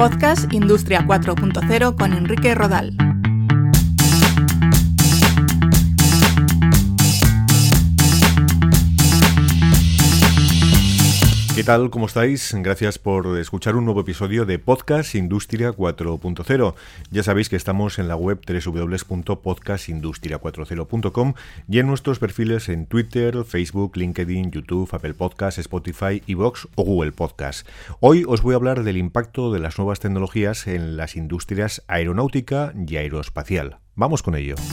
Podcast Industria 4.0 con Enrique Rodal. ¿Qué tal? ¿Cómo estáis? Gracias por escuchar un nuevo episodio de Podcast Industria 4.0. Ya sabéis que estamos en la web www.podcastindustria40.com y en nuestros perfiles en Twitter, Facebook, LinkedIn, YouTube, Apple Podcasts, Spotify, iVoox o Google Podcasts. Hoy os voy a hablar del impacto de las nuevas tecnologías en las industrias aeronáutica y aeroespacial. Vamos con ello.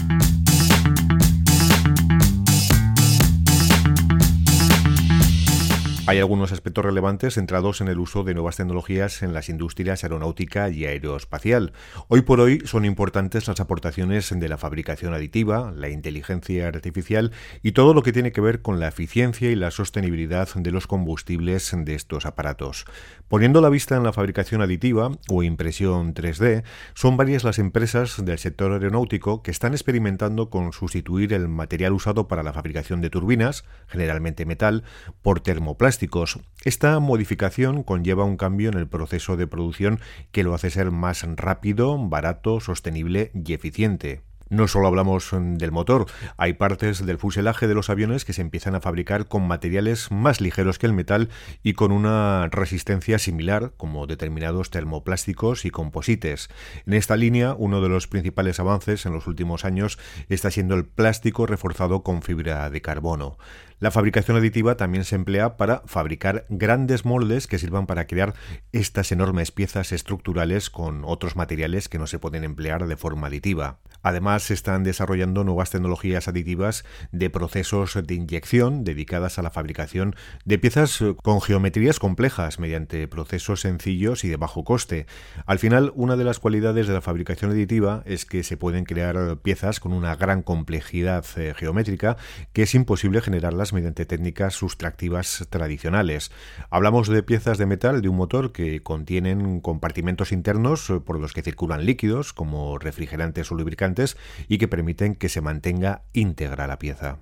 Hay algunos aspectos relevantes centrados en el uso de nuevas tecnologías en las industrias aeronáutica y aeroespacial. Hoy por hoy son importantes las aportaciones de la fabricación aditiva, la inteligencia artificial y todo lo que tiene que ver con la eficiencia y la sostenibilidad de los combustibles de estos aparatos. Poniendo la vista en la fabricación aditiva o impresión 3D, son varias las empresas del sector aeronáutico que están experimentando con sustituir el material usado para la fabricación de turbinas, generalmente metal, por termoplásticos. Esta modificación conlleva un cambio en el proceso de producción que lo hace ser más rápido, barato, sostenible y eficiente. No solo hablamos del motor, hay partes del fuselaje de los aviones que se empiezan a fabricar con materiales más ligeros que el metal y con una resistencia similar, como determinados termoplásticos y composites. En esta línea, uno de los principales avances en los últimos años está siendo el plástico reforzado con fibra de carbono. La fabricación aditiva también se emplea para fabricar grandes moldes que sirvan para crear estas enormes piezas estructurales con otros materiales que no se pueden emplear de forma aditiva. Además, se están desarrollando nuevas tecnologías aditivas de procesos de inyección dedicadas a la fabricación de piezas con geometrías complejas mediante procesos sencillos y de bajo coste. Al final, una de las cualidades de la fabricación aditiva es que se pueden crear piezas con una gran complejidad geométrica que es imposible generarlas mediante técnicas sustractivas tradicionales. Hablamos de piezas de metal de un motor que contienen compartimentos internos por los que circulan líquidos como refrigerantes o lubricantes y que permiten que se mantenga íntegra la pieza.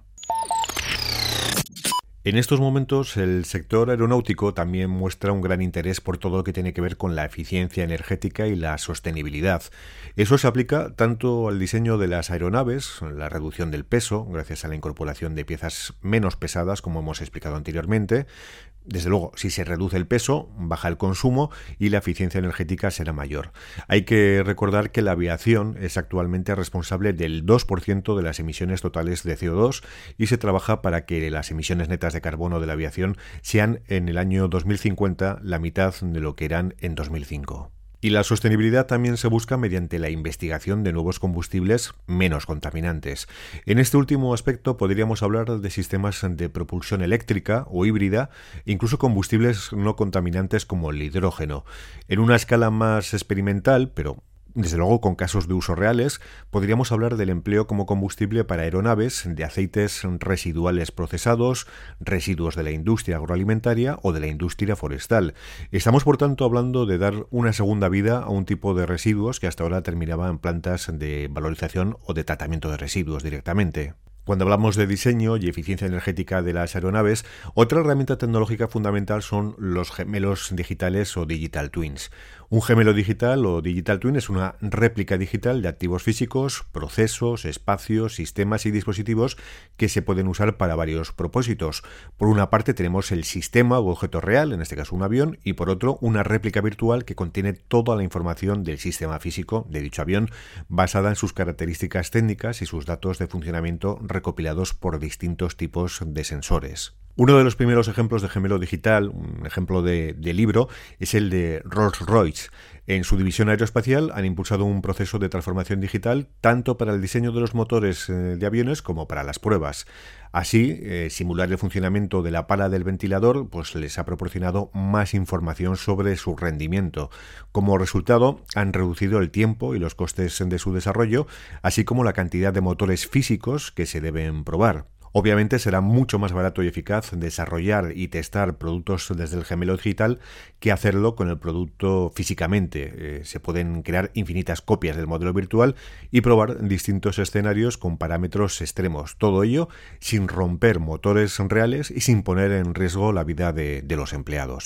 En estos momentos, el sector aeronáutico también muestra un gran interés por todo lo que tiene que ver con la eficiencia energética y la sostenibilidad. Eso se aplica tanto al diseño de las aeronaves, la reducción del peso, gracias a la incorporación de piezas menos pesadas, como hemos explicado anteriormente. Desde luego, si se reduce el peso, baja el consumo y la eficiencia energética será mayor. Hay que recordar que la aviación es actualmente responsable del 2% de las emisiones totales de CO2 y se trabaja para que las emisiones netas de carbono de la aviación sean en el año 2050 la mitad de lo que eran en 2005. Y la sostenibilidad también se busca mediante la investigación de nuevos combustibles menos contaminantes. En este último aspecto podríamos hablar de sistemas de propulsión eléctrica o híbrida, incluso combustibles no contaminantes como el hidrógeno. En una escala más experimental, pero desde luego con casos de uso reales, podríamos hablar del empleo como combustible para aeronaves de aceites residuales procesados, residuos de la industria agroalimentaria o de la industria forestal. Estamos, por tanto, hablando de dar una segunda vida a un tipo de residuos que hasta ahora terminaba en plantas de valorización o de tratamiento de residuos directamente. Cuando hablamos de diseño y eficiencia energética de las aeronaves, otra herramienta tecnológica fundamental son los gemelos digitales o digital twins. Un gemelo digital o digital twin es una réplica digital de activos físicos, procesos, espacios, sistemas y dispositivos que se pueden usar para varios propósitos. Por una parte tenemos el sistema o objeto real, en este caso un avión, y por otro una réplica virtual que contiene toda la información del sistema físico de dicho avión, basada en sus características técnicas y sus datos de funcionamiento recopilados por distintos tipos de sensores. Uno de los primeros ejemplos de gemelo digital, un ejemplo de libro, es el de Rolls-Royce. En su división aeroespacial han impulsado un proceso de transformación digital tanto para el diseño de los motores de aviones como para las pruebas. Así, simular el funcionamiento de la pala del ventilador pues les ha proporcionado más información sobre su rendimiento. Como resultado, han reducido el tiempo y los costes de su desarrollo, así como la cantidad de motores físicos que se deben probar. Obviamente será mucho más barato y eficaz desarrollar y testar productos desde el gemelo digital que hacerlo con el producto físicamente. Se pueden crear infinitas copias del modelo virtual y probar distintos escenarios con parámetros extremos. Todo ello sin romper motores reales y sin poner en riesgo la vida de los empleados.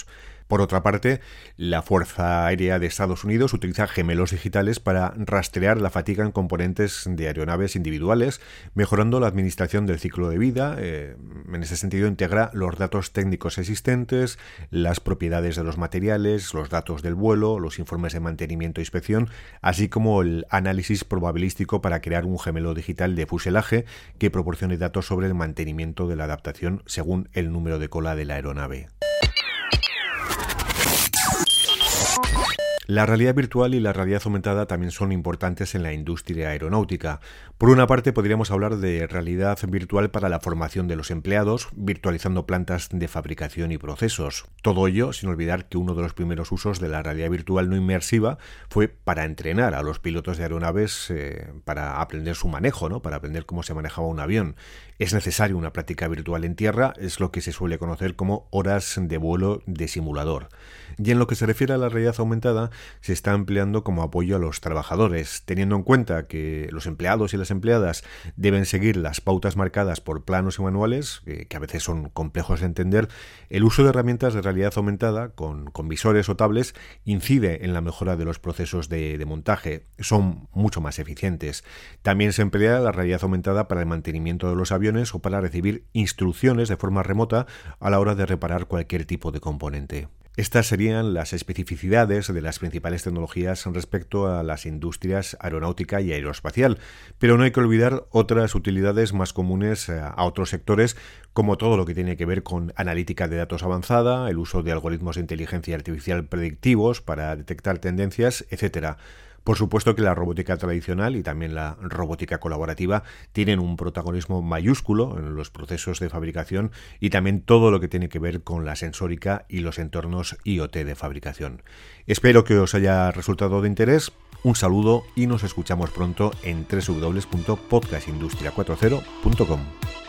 Por otra parte, la Fuerza Aérea de Estados Unidos utiliza gemelos digitales para rastrear la fatiga en componentes de aeronaves individuales, mejorando la administración del ciclo de vida. En ese sentido, integra los datos técnicos existentes, las propiedades de los materiales, los datos del vuelo, los informes de mantenimiento e inspección, así como el análisis probabilístico para crear un gemelo digital de fuselaje que proporcione datos sobre el mantenimiento de la adaptación según el número de cola de la aeronave. La realidad virtual y la realidad aumentada también son importantes en la industria aeronáutica. Por una parte, podríamos hablar de realidad virtual para la formación de los empleados, virtualizando plantas de fabricación y procesos. Todo ello sin olvidar que uno de los primeros usos de la realidad virtual no inmersiva fue para entrenar a los pilotos de aeronaves para aprender su manejo, ¿no? Para aprender cómo se manejaba un avión. Es necesaria una práctica virtual en tierra, es lo que se suele conocer como horas de vuelo de simulador. Y en lo que se refiere a la realidad aumentada, se está empleando como apoyo a los trabajadores, teniendo en cuenta que los empleados y las empleadas deben seguir las pautas marcadas por planos y manuales, que a veces son complejos de entender. El uso de herramientas de realidad aumentada con visores o tablets incide en la mejora de los procesos de montaje, son mucho más eficientes. También se emplea la realidad aumentada para el mantenimiento de los aviones o para recibir instrucciones de forma remota a la hora de reparar cualquier tipo de componente. Estas serían las especificidades de las principales tecnologías respecto a las industrias aeronáutica y aeroespacial, pero no hay que olvidar otras utilidades más comunes a otros sectores, como todo lo que tiene que ver con analítica de datos avanzada, el uso de algoritmos de inteligencia artificial predictivos para detectar tendencias, etc. Por supuesto que la robótica tradicional y también la robótica colaborativa tienen un protagonismo mayúsculo en los procesos de fabricación y también todo lo que tiene que ver con la sensórica y los entornos IoT de fabricación. Espero que os haya resultado de interés. Un saludo y nos escuchamos pronto en www.podcastindustria40.com.